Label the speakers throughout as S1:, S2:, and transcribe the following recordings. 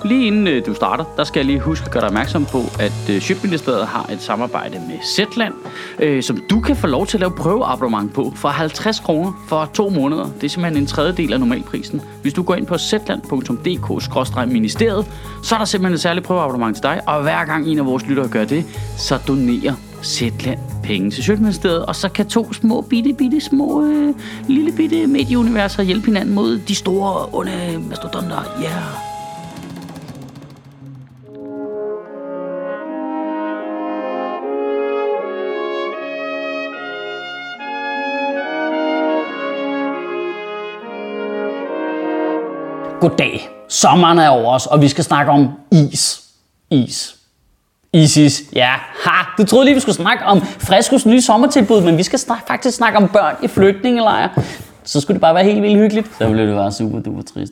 S1: lige inden du starter, der skal jeg lige huske at gøre dig opmærksom på, at Sjøtministeriet har et samarbejde med Zetland, som du kan få lov til at lave prøveabonnement på for 50 kroner for 2 måneder. Det er simpelthen en tredjedel af normalprisen. Hvis du går ind på zetland.dk/ministeriet, så er der simpelthen et særligt prøveabonnement til dig, og hver gang en af vores lyttere gør det, så donerer Zetland penge til Sjøtministeriet, og så kan 2 små små lille bitte medieuniverser hjælpe hinanden mod de store onde mastodonter. Ja. Yeah.
S2: Goddag. Sommeren er over os, og vi skal snakke om ISIS. Ja, du troede lige, vi skulle snakke om Frescos nye sommertilbud, men vi skal faktisk snakke om børn i flygtningelejre. Så skulle det bare være helt vildt hyggeligt. Så ville det være super duper trist.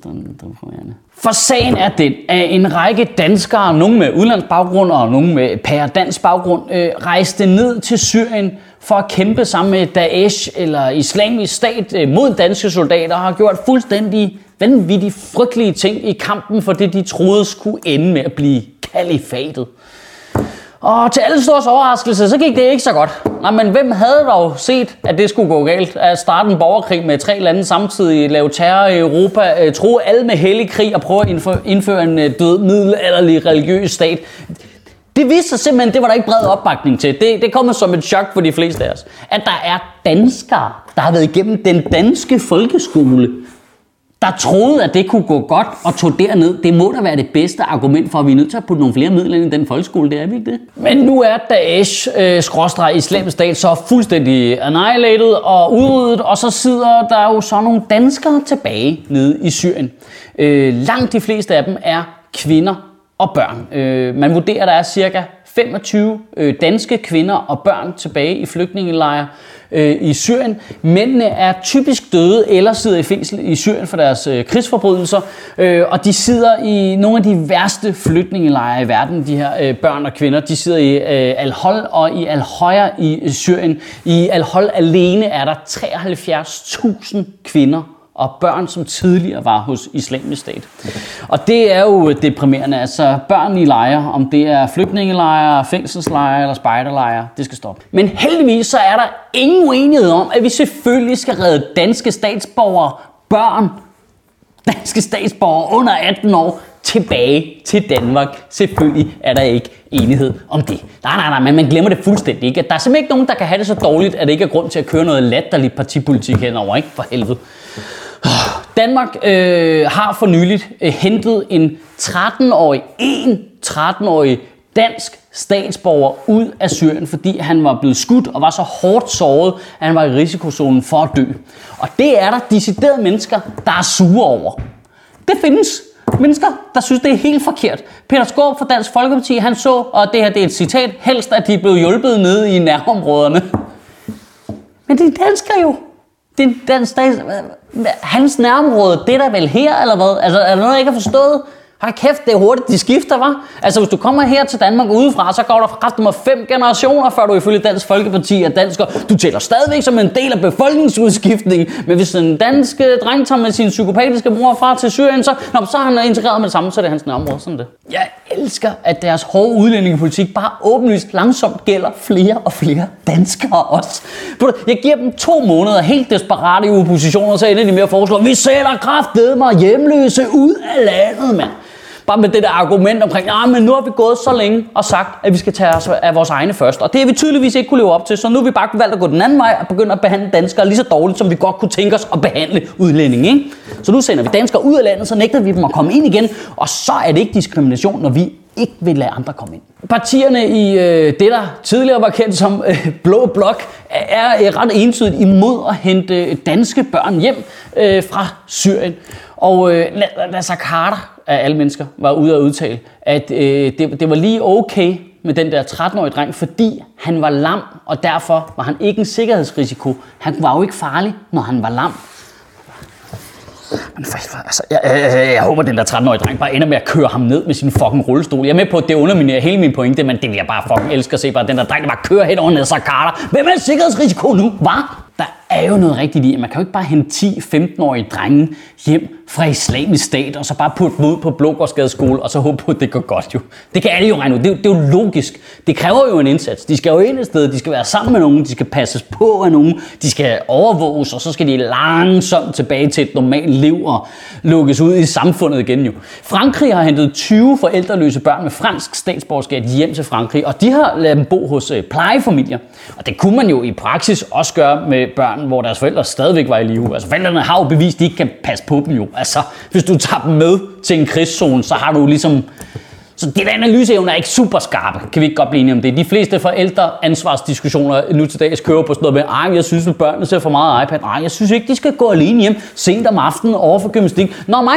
S2: For sagen er den, at en række danskere, nogle med udlandsbaggrund og nogle med pæredansk baggrund, rejste ned til Syrien for at kæmpe sammen med Daesh eller Islamisk Stat mod danske soldater, og har gjort fuldstændig vanvittige, frygtelige ting i kampen for det, de troede skulle ende med at blive kalifatet. Og til alle stores overraskelse, så gik det ikke så godt. Nej, men hvem havde dog set, at det skulle gå galt? At starte en borgerkrig med 3 lande samtidig, lave terror i Europa, true alle med hellig krig og prøve at indføre en død middelalderlig religiøs stat. Det viste sig simpelthen, det var der ikke bred opbakning til. Det kommer som et chok for de fleste af os. At der er danskere, der har været igennem den danske folkeskole, der troede, at det kunne gå godt og tog derned. Det må da være det bedste argument for, at vi er nødt til at putte nogle flere midler ind i den folkeskole. Det er vi ikke det? Men nu er Daesh-Islamisk Stat så fuldstændig annihilated og udryddet, og så sidder der jo så nogle danskere tilbage nede i Syrien. Langt de fleste af dem er kvinder og børn. Man vurderer, at der er cirka 25 danske kvinder og børn tilbage i flygtningelejre i Syrien. Mændene er typisk døde eller sidder i fængsel i Syrien for deres krigsforbrydelser, og de sidder i nogle af de værste flygtningelejre i verden, de her børn og kvinder. De sidder i Al-Hol og i Al-Hoya i Syrien. I Al-Hol alene er der 73.000 kvinder og børn, som tidligere var hos Islamisk Stat. Og det er jo deprimerende. Altså børn i lejre, om det er flygtningelejre, fængselslejre eller spejderlejre, det skal stoppe. Men heldigvis så er der ingen uenighed om, at vi selvfølgelig skal redde danske statsborgere, børn, danske statsborgere under 18 år, tilbage til Danmark. Selvfølgelig er der ikke enighed om det. Nej, men man glemmer det fuldstændig ikke. Der er simpelthen ikke nogen, der kan have det så dårligt, at det ikke er grund til at køre noget latterligt partipolitik henover, ikke? For helvede. Danmark har for nyligt hentet en 13-årig dansk statsborger ud af Syrien, fordi han var blevet skudt og var så hårdt såret, at han var i risikozonen for at dø. Og det er der deciderede mennesker, der er sure over. Det findes mennesker, der synes, det er helt forkert. Peter Skaarup fra Dansk Folkeparti, han så, og det her det er et citat, helst at de blev hjulpet nede i nærområderne. Men det er danskere jo. Det er dansk hans nærområde, det er der vel her, eller hvad? Altså, er der noget, jeg ikke har forstået? Hold kæft, det er hurtigt, de skifter, hva'? Altså, hvis du kommer her til Danmark udefra, så går der faktisk 5 generationer, før du ifølge Dansk Folkeparti er dansker. Du tæller stadigvæk som en del af befolkningsudskiftningen, men hvis en dansk dreng tager med sin psykopatiske mor fra til Syrien, så er han integreret med det samme, så det er hans nærområde. Sådan det. Jeg elsker, at deres hårde udlændingepolitik bare åbenlyst langsomt gælder flere og flere danskere også. Jeg giver dem 2 måneder helt desperate i opposition, og så ender de med at foreslå, vi sætter kraftedeme hjemløse ud af landet, mand. Bare med det der argument omkring, men nu har vi gået så længe og sagt, at vi skal tage os af vores egne først. Og det har vi tydeligvis ikke kunne leve op til, så nu har vi bare valgt at gå den anden vej og begynde at behandle danskere lige så dårligt, som vi godt kunne tænke os at behandle udlændinge, ikke? Så nu sender vi danskere ud af landet, så nægter vi dem at komme ind igen, og så er det ikke diskrimination, når vi ikke vil lade andre komme ind. Partierne i det, der tidligere var kendt som Blå Blok, er ret entydigt imod at hente danske børn hjem fra Syrien. Og Naser Khader af alle mennesker var ude at udtale, at det var lige okay med den der 13-årige dreng, fordi han var lam, og derfor var han ikke en sikkerhedsrisiko. Han var jo ikke farlig, når han var lam. Men altså, jeg håber, den der 13-årige dreng bare ender med at køre ham ned med sin fucking rullestol. Jeg er med på, at det underminerer hele min pointe, men det vil jeg bare fucking elske at se. Bare den der dreng, der bare kører hen over Naser Khader. Hvem er en sikkerhedsrisiko nu? Hvad? Der er jo noget rigtigt i, at man kan jo ikke bare hente 10-15-årige drenge hjem fra Islamisk Stat, og så bare putte dem ud på Blågårdsgade skole, og så håbe på, at det går godt jo. Det kan alle jo regne ud. Det er jo logisk. Det kræver jo en indsats. De skal jo ind et sted, de skal være sammen med nogen, de skal passes på af nogen, de skal overvåges, og så skal de langsomt tilbage til et normalt liv og lukkes ud i samfundet igen jo. Frankrig har hentet 20 forældreløse børn med fransk statsborgerskab hjem til Frankrig, og de har ladet dem bo hos plejefamilier. Og det kunne man jo i praksis også gøre med børn, hvor deres forældre stadigvæk var i live. Altså forældrene har jo bevist, at de ikke kan passe på dem jo. Altså, hvis du tager dem med til en krigszone, så har du ligesom... Så det der analyseevne er ikke super skarpe, kan vi ikke godt blive enige om det. De fleste forældreansvarsdiskussioner nu til dags kører på sådan noget med, jeg synes, at børnene ser for meget iPad. Jeg synes ikke, de skal gå alene hjem sent om aftenen over for gymnastik.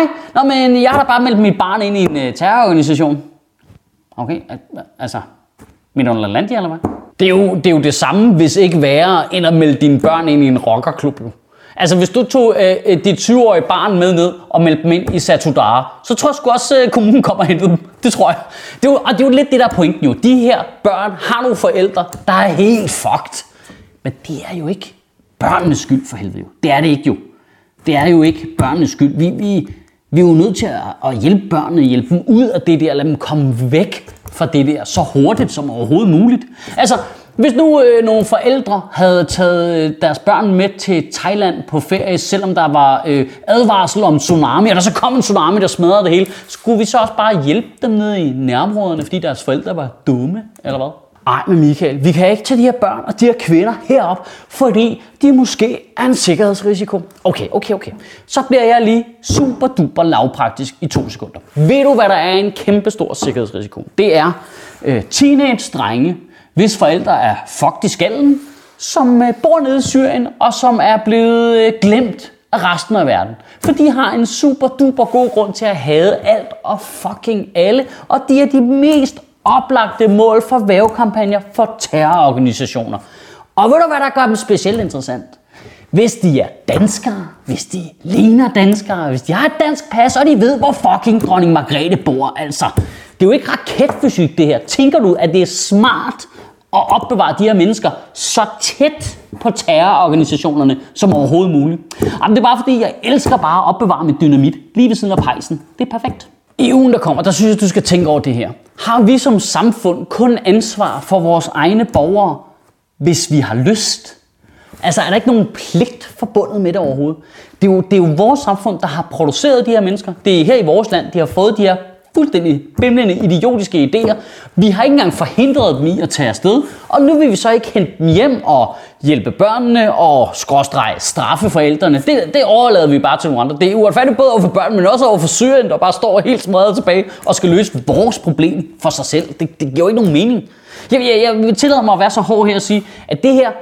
S2: Men jeg har da bare meldt mit barn ind i en terrororganisation. Okay, altså, mit Landi eller hvad? Det er jo det samme, hvis ikke værre, end at melde dine børn ind i en rockerklub. Altså, hvis du tog dit 20-årige barn med ned og meldte dem ind i Satudara, så tror jeg sgu også, at kommunen kommer og henter dem. Det tror jeg. Det er jo lidt det, der er pointen jo. De her børn har nogle forældre, der er helt fucked. Men det er jo ikke børnenes skyld for helvede jo. Det er det ikke jo. Det er jo ikke børnenes skyld. Vi er jo nødt til at hjælpe børnene, hjælpe dem ud af det der, lade dem komme væk fra det der så hurtigt som overhovedet muligt. Altså, hvis nu nogle forældre havde taget deres børn med til Thailand på ferie, selvom der var advarsel om tsunami, og der så kom en tsunami, der smadrede det hele, skulle vi så også bare hjælpe dem ned i nærområderne, fordi deres forældre var dumme, eller hvad? Nej, men Michael, vi kan ikke tage de her børn og de her kvinder herop, fordi de måske er en sikkerhedsrisiko. Okay. Så bliver jeg lige super duper lavpraktisk i 2 sekunder. Ved du, hvad der er en kæmpe stor sikkerhedsrisiko? Det er teenage-drenge, hvis forældre er fucked i skallen, som bor nede i Syrien, og som er blevet glemt af resten af verden. For de har en super duper god grund til at hade alt og fucking alle, og de er de mest oplagte mål for vævekampagner for terrororganisationer. Og ved du, hvad der gør dem specielt interessant? Hvis de er danskere, hvis de ligner danskere, hvis de har et dansk pas, og de ved, hvor fucking dronning Margrethe bor, altså. Det er jo ikke raketfysik, det her. Tænker du, at det er smart at opbevare de her mennesker så tæt på terrororganisationerne som overhovedet muligt? Jamen, det er bare fordi, jeg elsker bare at opbevare mit dynamit lige ved siden af pejsen. Det er perfekt. I ugen, der kommer, der synes jeg, du skal tænke over det her. Har vi som samfund kun ansvar for vores egne borgere, hvis vi har lyst? Altså, er der ikke nogen pligt forbundet med det overhovedet? Det er jo vores samfund, der har produceret de her mennesker. Det er her i vores land, de har fået de her fuldstændig bimlende idiotiske idéer. Vi har ikke engang forhindret dem i at tage afsted, og nu vil vi så ikke hente dem hjem og hjælpe børnene og straffe forældrene. Det overlader vi bare til nogle andre. Det er uretfærdigt både over for børn, men også over for Syrien, der bare står helt smadret tilbage og skal løse vores problem for sig selv. Det giver jo ikke nogen mening. Jeg vil tillade mig at være så hård her og sige, at det her,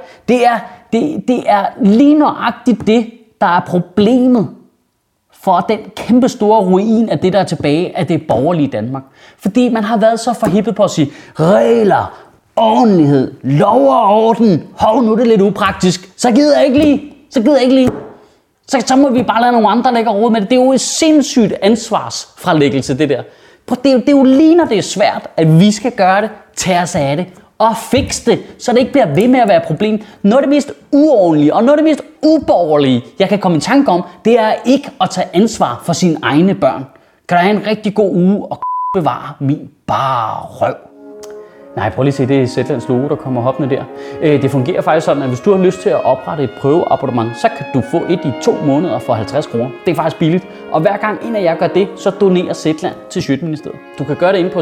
S2: det er lige nøjagtigt det, der er problemet for den kæmpe store ruin af det, der er tilbage af det borgerlige Danmark. Fordi man har været så forhippet på at sige, regler, ordentlighed, lov og orden, nu er det lidt upraktisk, så gider jeg ikke lige. Så må vi bare lade nogle andre lægge råd med det. Det er jo et sindssygt ansvarsfralæggelse, det der. Det er jo lige, når det er svært, at vi skal gøre det, tage os af det og fikse det, så det ikke bliver ved med at være et problem. Noget af det mest uordentlige og noget af det mest uborgerlige, jeg kan komme i tanke om, det er ikke at tage ansvar for sine egne børn. Kan du have en rigtig god uge og bevare min bare røv? Nej, prøv lige at se, det er Zetlands logo, der kommer hoppende der. Det fungerer faktisk sådan, at hvis du har lyst til at oprette et prøveabonnement, så kan du få et i 2 måneder for 50 kroner. Det er faktisk billigt. Og hver gang en af jer gør det, så donerer Zetland til Sjøtministeriet. Du kan gøre det inde på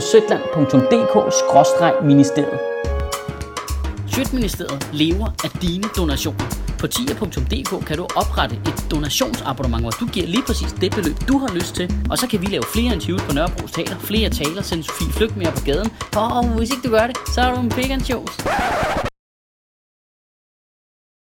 S2: zetland.dk/ministeriet.
S3: Sjøtministeriet lever af dine donationer. På tier.dk kan du oprette et donationsabonnement, hvor du giver lige præcis det beløb, du har lyst til. Og så kan vi lave flere interviews på Nørrebro Teater, flere taler, sende Sofie Flygt mere på gaden. Og hvis ikke du gør det, så er du en big and shows.